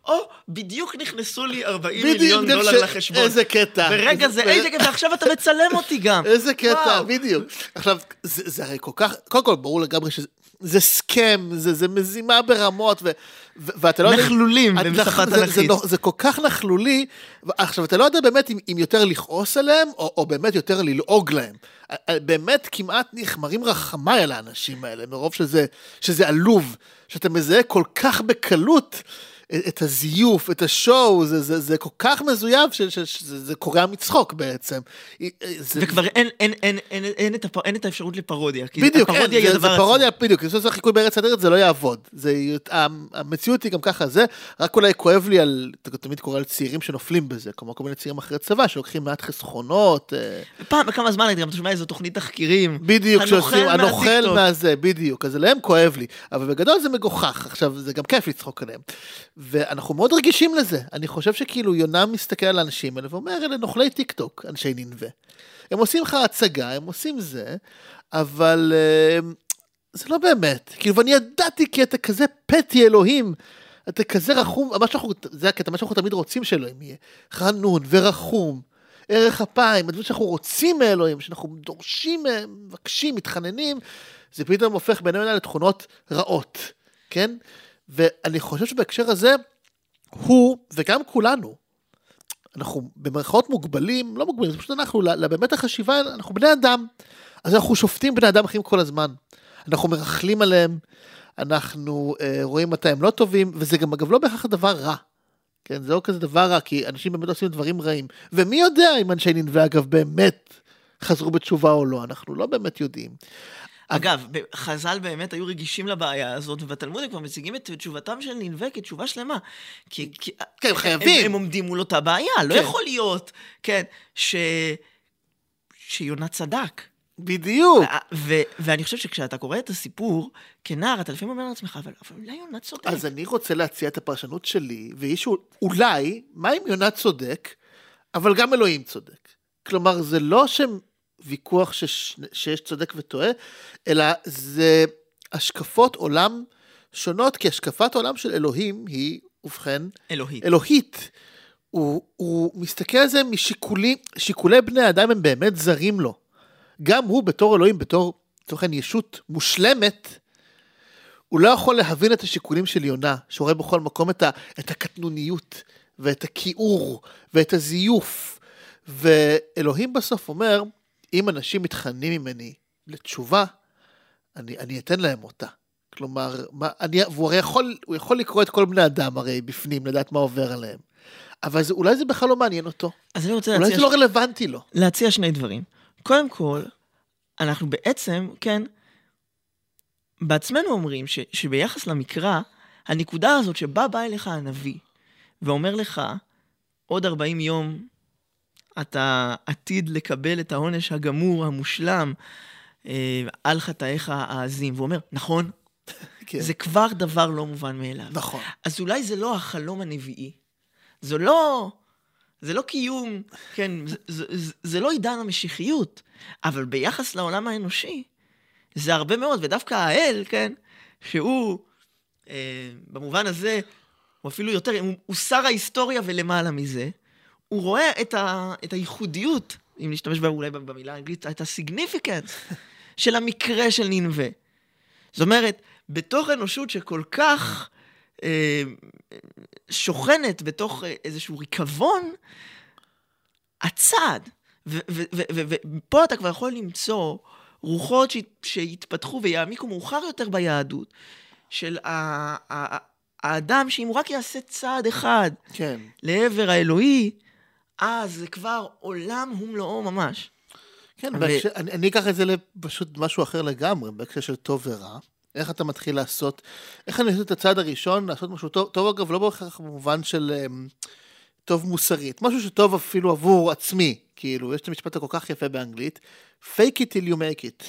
S3: בדיוק נכנסו לי 40 מיליון דולר לחשבון.
S2: איזה קטע.
S3: ברגע זה, איזה קטע, עכשיו אתה מצלם אותי גם.
S2: איזה קטע, בדיוק. עכשיו, זה הרי כל כך, קודם כל, ברור לגמרי שזה סכם, זה מזימה ברמות, ואתה לא יודע...
S3: נחלולים במשפט הלכית.
S2: זה כל כך נחלולי, עכשיו, אתה לא יודע באמת אם יותר לכעוס עליהם, או באמת יותר ללעוג להם. באמת כמעט נחמרים רחמי על האנשים האלה, מרוב שזה עלוב, שאתה מזהה כל כך בקלות, את הזיוף, את השואו, זה כל כך מזויב, שזה קורא מצחוק בעצם.
S3: וכבר אין את האפשרות לפרודיה.
S2: בדיוק, זה פרודיה, בדיוק, זה חיקוי בארץ הדרת, זה לא יעבוד. המציאות היא גם ככה, זה רק אולי כואב לי על, אתה תמיד קורא על צעירים שנופלים בזה, כמו כל מיני צעירים אחרי צבא, שלוקחים מעט חסכונות.
S3: פעם, בכמה זמן הייתי גם תשמע איזו תוכנית תחקירים.
S2: בדיוק, הנוכל מהזה, בדיוק, אז להם כואב לי, אבל בגדול זה מגוחך, עכשיו זה גם כיף לצחוק עליהם. ואנחנו מאוד רגישים לזה. אני חושב שכאילו יונה מסתכל על האנשים האלה, ואומר, אלה נוכלי טיקטוק, אנשי ננבה. הם עושים לך הצגה, הם עושים זה, אבל זה לא באמת. כאילו, ואני ידעתי כי אתה כזה פתי אלוהים, אתה כזה רחום, זה הקטע, מה שאנחנו תמיד רוצים שאלוהים יהיה. חנון ורחום, ערך אפיים, הדברים שאנחנו רוצים מאלוהים, שאנחנו דורשים, מבקשים, מתחננים, זה פתאום הופך בינינו לתכונות רעות, כן? ואני חושב שבהקשר הזה, הוא וגם כולנו, אנחנו במרכאות מוגבלים, לא מוגבלים, זה פשוט אנחנו, באמת החשיבה, אנחנו בני אדם, אז אנחנו שופטים בני אדם אחרים כל הזמן, אנחנו מרחלים עליהם, אנחנו רואים מתי הם לא טובים, וזה גם אגב לא בהכרח דבר רע, כן, זה לא כזה דבר רע, כי אנשים באמת עושים דברים רעים, ומי יודע אם אנשי ננבה אגב באמת חזרו בתשובה או לא, אנחנו לא באמת יודעים.
S3: אגב, חז"ל באמת היו רגישים לבעיה הזאת, ובתלמוד הם כבר מציגים את תשובתם של ננבה כתשובה שלמה. כי
S2: הם חייבים.
S3: הם עומדים מול אותה בעיה, לא יכול להיות, כן, שיונה צדק.
S2: בדיוק.
S3: ואני חושב שכשאתה קורא את הסיפור, כנער, אתה לפעמים אומר לעצמך, אבל אולי יונה צודק.
S2: אז אני רוצה להציע את הפרשנות שלי, אולי, מה אם יונה צודק, אבל גם אלוהים צודק. כלומר, זה לא שהם ויכוח שיש צודק וטועה, אלא זה השקפות עולם שונות, כי השקפת העולם של אלוהים היא, ובכן, אלוהית. הוא מסתכל על זה משיקולי בני האדם הם באמת זרים לו. גם הוא בתור אלוהים, בתור תוכן ישות מושלמת, הוא לא יכול להבין את השיקולים של יונה, שרואה בכל מקום את הקטנוניות, ואת הכיעור, ואת הזיוף. ואלוהים בסוף אומר, אם אנשים מתחננים ממני לתשובה, אני אתן להם אותה. כלומר, הוא יכול לקרוא את כל בני אדם הרי בפנים, לדעת מה עובר עליהם. אבל אולי זה בכלל לא מעניין אותו.
S3: אז אני רוצה
S2: אולי זה לא רלוונטי לו.
S3: להציע שני דברים. קודם כל, אנחנו בעצם, כן, בעצמנו אומרים שביחס למקרא, הנקודה הזאת שבה בא אליך הנביא, ואומר לך, עוד 40 יום אתה עתיד לקבל את העונש הגמור, המושלם, על חטאיך העזים. והוא אומר, נכון,
S2: כן.
S3: זה כבר דבר לא מובן מאליו.
S2: נכון.
S3: אז אולי זה לא החלום הנביאי. זה לא קיום, כן, זה לא עידן המשיחיות, אבל ביחס לעולם האנושי, זה הרבה מאוד, ודווקא האל, כן, שהוא, במובן הזה, הוא אפילו יותר, הוא שר ההיסטוריה ולמעלה מזה, הוא רואה את הייחודיות, אם נשתמש בה אולי במילה האנגלית, את הסיגניפיקנס של המקרה של נינווה. זאת אומרת, בתוך אנושות שכל כך שוכנת בתוך איזשהו ריקבון, הצעד, ופה אתה כבר יכול למצוא רוחות שהתפתחו ויעמיקו מאוחר יותר ביהדות, של האדם שאם הוא רק יעשה צעד אחד
S2: כן.
S3: לעבר האלוהי, אז זה כבר עולם ומלואו ממש.
S2: כן, אני אקח את זה לפשוט משהו אחר לגמרי, בהקשר של טוב ורע. איך אתה מתחיל לעשות, איך אני עושה את הצעד הראשון, לעשות משהו טוב, טוב אגב, לא בהכרח במובן של טוב מוסרית, משהו שטוב אפילו עבור עצמי, כאילו, יש את המשפט הכל כך יפה באנגלית, fake it till you make it.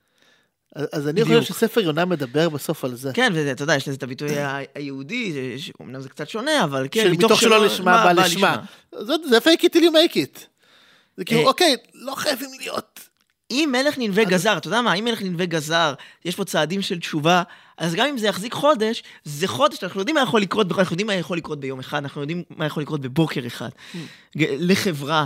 S2: אז אני חושב שספר יונה מדבר בסוף על זה.
S3: כן, ואתה יודע, יש לזה את הביטוי היהודי, אמנם זה קצת שונה, אבל כן,
S2: מתוך שלא לשמה בא לשמה. זה fake it till you make it. זה כאילו, אוקיי, לא חייבים להיות...
S3: אם מלך נינווה גזר, אתה יודע מה? אם מלך נינווה גזר, יש פה צעדים של תשובה, אז גם אם זה יחזיק חודש, זה חודש, אנחנו יודעים מה יכול לקרות, אנחנו יודעים מה יכול לקרות ביום אחד, אנחנו יודעים מה יכול לקרות בבוקר אחד, לחברה.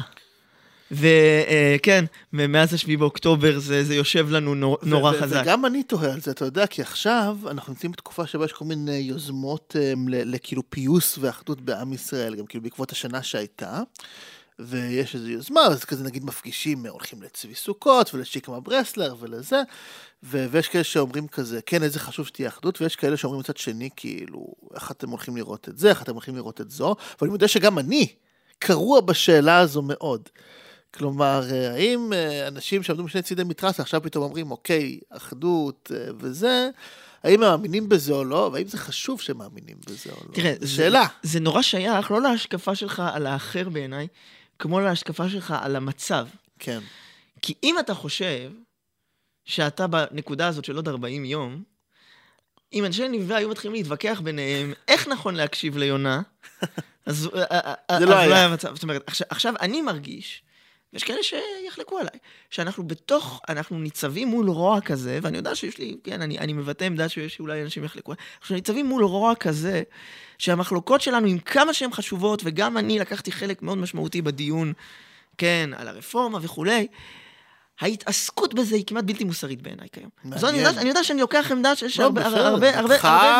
S3: וכן, מאז השביעי באוקטובר זה יושב לנו נורא חזק.
S2: וגם אני תוהה על זה, אתה יודע, כי עכשיו אנחנו נמצאים בתקופה שבה יש כל מיני יוזמות לכאילו פיוס ואחדות בעם ישראל, גם כאילו בעקבות השנה שהייתה, ויש איזו יוזמה, אז כזה נגיד מפגישים, הולכים לצבי סוכות ולשיקמה ברסלר ולזה, ויש כאלה שאומרים כזה, כן, איזה חשוב שתהיה אחדות, ויש כאלה שאומרים מצד שני, כאילו, איך אתם הולכים לראות את זה, איך אתם הולכים לראות את זו, אבל אני יודע שגם אני קרוע בשאלה הזו מאוד. כלומר, האם אנשים שעמדו משני צידי מתרס, עכשיו פתאום אומרים, אוקיי, אחדות וזה, האם הם מאמינים בזה או לא, והאם זה חשוב שהם מאמינים בזה או לא?
S3: תראה,
S2: שאלה.
S3: זה נורא שייך, לא להשקפה שלך על האחר בעיניי, כמו להשקפה שלך על המצב.
S2: כן.
S3: כי אם אתה חושב שאתה בנקודה הזאת של עוד 40 יום, אם אנשי נינווה היו מתחילים להתווכח ביניהם, איך נכון להקשיב ליונה, אז
S2: זה לא היה
S3: מצב. זאת אומרת, עכשיו אני מרגיש, ויש כאלה שיחלקו עליי, אנחנו ניצבים מול רוע כזה, ואני יודע שיש לי, כן, אני מבטא עמדה שיש אולי אנשים יחלקו עליי, אנחנו ניצבים מול רוע כזה, שהמחלוקות שלנו עם כמה שהן חשובות, וגם אני לקחתי חלק מאוד משמעותי בדיון, כן, על הרפורמה וכולי, ההתעסקות בזה היא כמעט בלתי מוסרית בעיניי כיום. אני יודע שאני לוקח עמדה שיש הרבה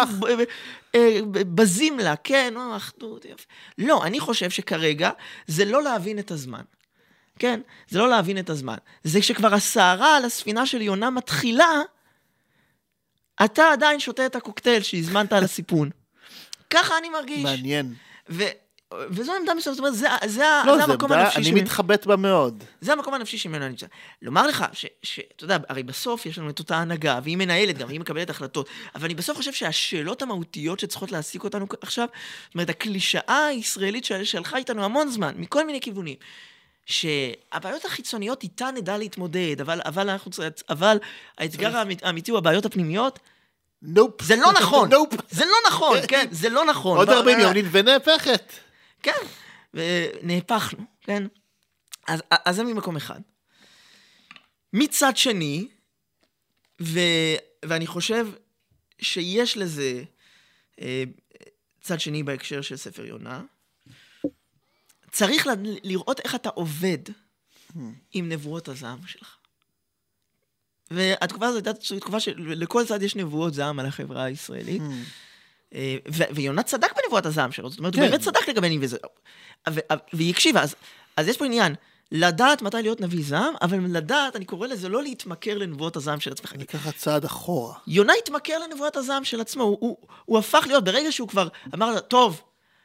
S3: בזים לה, כן, אחדות, יפה. לא, אני חושב שכרגע זה לא להבין את הזמן. כן, זה לא להבין את הזמן. זה שכבר הסערה על הספינה של יונה מתחילה, אתה עדיין שותה את הקוקטייל שהזמנת על הסיפון. ככה אני מרגיש.
S2: מעניין.
S3: וזו עמדה מסוימת, זאת אומרת, זה המקום הנפשי
S2: אני מתחבט בה מאוד.
S3: זה המקום הנפשי שממנו אני נמצא. לומר לך, אתה יודע, הרי בסוף יש לנו את אותה הנהגה, והיא מנהלת גם, והיא מקבלת החלטות, אבל אני בסוף חושב שהשאלות המהותיות שצריכות להעסיק אותנו עכשיו, זאת אומרת, הקלישאה הישראלית שהלכה איתנו המון זמן, מכל מיני כיוונים, שהבעיות החיצוניות איתן נדע להתמודד, אבל האתגר האמיתי הוא הבעיות הפנימיות,
S2: נופ.
S3: זה לא נכון. זה לא נכון, כן, זה לא נכון.
S2: עוד 40 יום ונהפכת.
S3: כן, ונהפכנו, כן. אז זה ממקום אחד. מצד שני, ואני חושב שיש לזה צד שני בהקשר של ספר יונה, צריך לראות איך אתה עובד עם נבואות הזעם שלך. והתקופה הזאת הייתה תקופה שלכל צד יש נבואות זעם על החברה הישראלית. ויונה צדק בנבואת הזעם שלו, זאת אומרת, הוא באמת צדק לגבי נביא זה. והיא הקשיבה, אז יש פה עניין, לדעת מתי להיות נביא זעם, אבל לדעת, אני קורא לזה, לא להתמכר לנבואות הזעם של עצמך.
S2: אני ככה צעד אחורה.
S3: יונה התמכר לנבואת הזעם של עצמו, הוא הפך להיות, ברגע שהוא כבר אמר לה, טוב,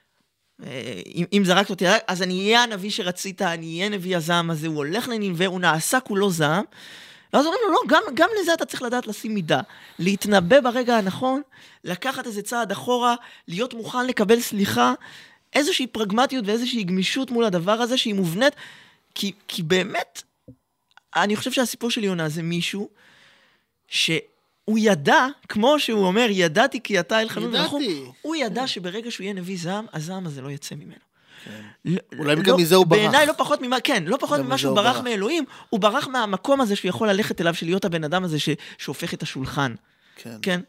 S3: אם זרקת אותי, אז אני אהיה הנביא שרצית, אני אהיה נביא הזעם הזה, הוא הולך לנינווה, הוא נעשה כולו זעם, ואז אומרים לו, לא, גם לזה אתה צריך לדעת לשים מידה, להתנבא ברגע הנכון, לקחת איזה צעד אחורה, להיות מוכן לקבל סליחה, איזושהי פרגמטיות ואיזושהי גמישות מול הדבר הזה, שהיא מובנית, כי באמת, אני חושב שהסיפור של יונה זה מישהו, שהוא ידע, כמו שהוא אומר, ידעתי כי אתה אל חנון ורחום, הוא ידע שברגע שהוא יהיה נביא זעם, הזעם הזה לא יצא ממנו.
S2: אולי גם מזה הוא ברח.
S3: בעיניי לא פחות ממה, כן, לא פחות ממה שהוא ברח מאלוהים, הוא ברח מהמקום הזה שהוא יכול ללכת אליו, של להיות הבן אדם הזה שהופך את השולחן. כן.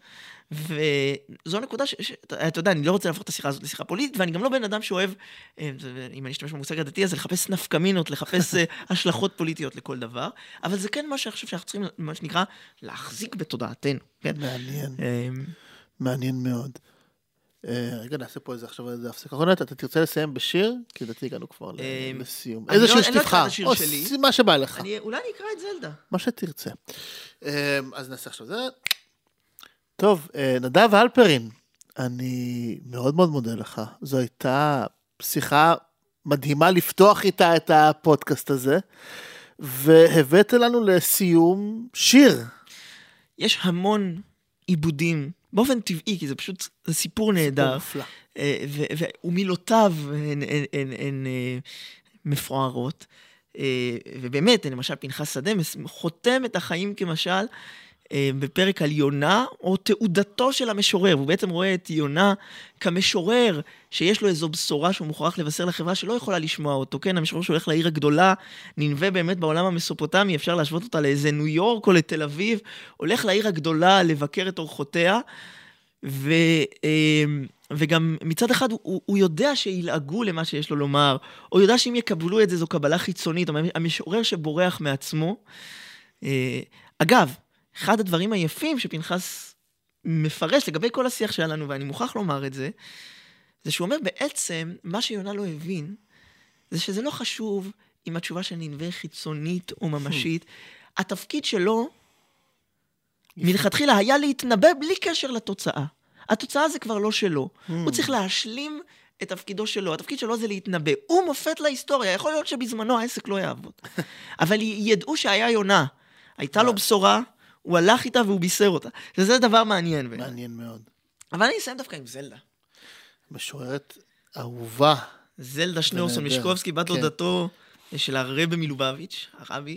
S3: וזו נקודה אתה יודע, אני לא רוצה להפוך את השיחה הזאת לשיחה פוליטית, ואני גם לא בן אדם שאוהב, אם אני אשתמש במושג הדתי הזה, לחפש נפקמינות, לחפש השלכות פוליטיות לכל דבר, אבל זה כן מה שאני חושב שאנחנו צריכים, מה שנקרא, להחזיק בתודעתנו.
S2: מעניין. מעניין מאוד. רגע, נעשה פה איזה הפסקה. רונית, אתה תרצה לסיים בשיר? כי דעתי הגענו כבר לסיום. איזה שיר שתבחר? או מה שבא לך.
S3: אולי אני אקרא את זלדה.
S2: מה שתרצה. אז נעשה עכשיו זה. טוב, נדב אלפרין, אני מאוד מאוד מודה לך. זו הייתה שיחה מדהימה לפתוח איתה את הפודקאסט הזה, והבאת לנו לסיום שיר.
S3: יש המון עיבודים, באופן טבעי, כי זה פשוט סיפור נהדר.
S2: סיפור
S3: נפלא. ומילותיו הן מפוארות. ובאמת, למשל, פנחס שדה חותם את החיים כמשל, בפרק על יונה, או תעודתו של המשורר. הוא בעצם רואה את יונה כמשורר, שיש לו איזו בשורה שהוא מוכרח לבשר לחברה שלא יכולה לשמוע אותו. כן, המשורר שהולך לעיר הגדולה, נינווה באמת בעולם המסופוטמי, אפשר להשוות אותה לאיזה ניו יורק או לתל אביב, הולך לעיר הגדולה לבקר את אורחותיה, וגם מצד אחד הוא יודע שילעגו למה שיש לו לומר, או יודע שאם יקבלו את זה זו קבלה חיצונית, המשורר שבורח מעצמו. אגב, אחד הדברים היפים שפנחס מפרש לגבי כל השיח שהיה לנו, ואני מוכרח לומר את זה, זה שהוא אומר בעצם, מה שיונה לא הבין, זה שזה לא חשוב אם התשובה של נינווה חיצונית או ממשית, התפקיד שלו, מלכתחילה היה להתנבא בלי קשר לתוצאה. התוצאה זה כבר לא שלו. הוא צריך להשלים את תפקידו שלו. התפקיד שלו זה להתנבא. הוא מופת להיסטוריה. יכול להיות שבזמנו העסק לא יעבוד. אבל ידעו שהיה יונה. הייתה לו בשורה, הוא הלך איתה והוא בישר אותה. וזה דבר מעניין.
S2: מעניין מאוד.
S3: אבל אני אסיים דווקא עם זלדה.
S2: משוררת אהובה.
S3: זלדה שניאורסון משקובסקי, בת דודתו של הרבי מלובביץ', הרבי.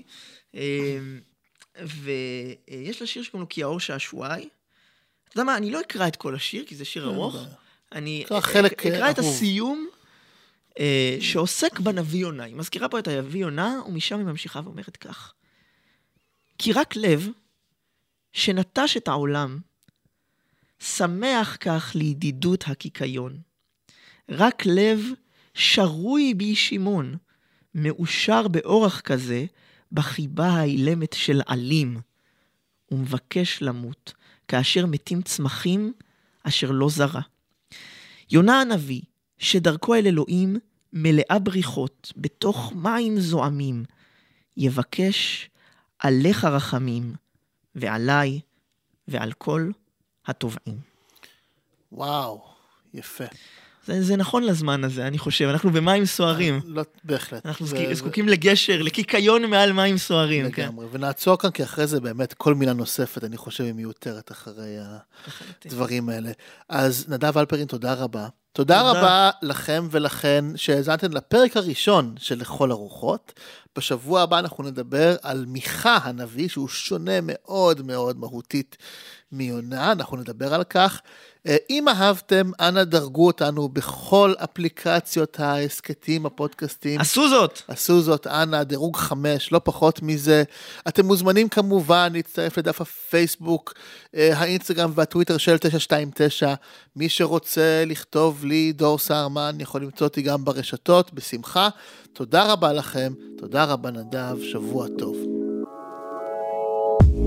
S3: ויש לה שיר שקוראים לו כי האור שעשועי. אתה יודע מה, אני לא אקרא את כל השיר, כי זה שיר ארוך. אני אקרא את הסיום שעוסק בנביא יונה. היא מזכירה פה את הנביא יונה, ומשם היא ממשיכה ואומרת כך. כי רק לב שנטש את העולם, שמח כך לידידות הקיקיון. רק לב שרוי בישימון, מאושר באורח כזה, בחיבה האילמת של עלים, ומבקש למות, כאשר מתים צמחים אשר לא זרה. יונה הנביא, שדרכו אל אלוהים, מלאה בריחות, בתוך מים זועמים, יבקש עליך רחמים, ועליי, ועל כל הטובעים.
S2: וואו, יפה.
S3: זה נכון לזמן הזה, אני חושב. אנחנו במים סוערים.
S2: לא, בהחלט.
S3: אנחנו זקוקים לגשר, לקיקיון מעל מים סוערים.
S2: לגמרי. ונעצור כאן, כי אחרי זה באמת כל מילה נוספת, אני חושב, היא מיותרת אחרי הדברים האלה. אז נדב אלפרין, תודה רבה. תודה רבה לכם ולכן שהאזנתם לפרק הראשון של לכל הרוחות. בשבוע הבא אנחנו נדבר על מיכה הנביא, שהוא שונה מאוד מאוד מהותית מיונה. אנחנו נדבר על כך. אם אהבתם, אנא דרגו אותנו בכל אפליקציות העסקתים, הפודקאסטים. עשו זאת, אנא, דירוג 5, לא פחות מזה. אתם מוזמנים כמובן להצטרף לדף הפייסבוק, האינסטגרם והטוויטר של 929. מי שרוצה לכתוב לי, דור סהרמן, יכול למצוא אותי גם ברשתות, בשמחה. תודה רבה לכם, תודה רבה נדב, שבוע טוב.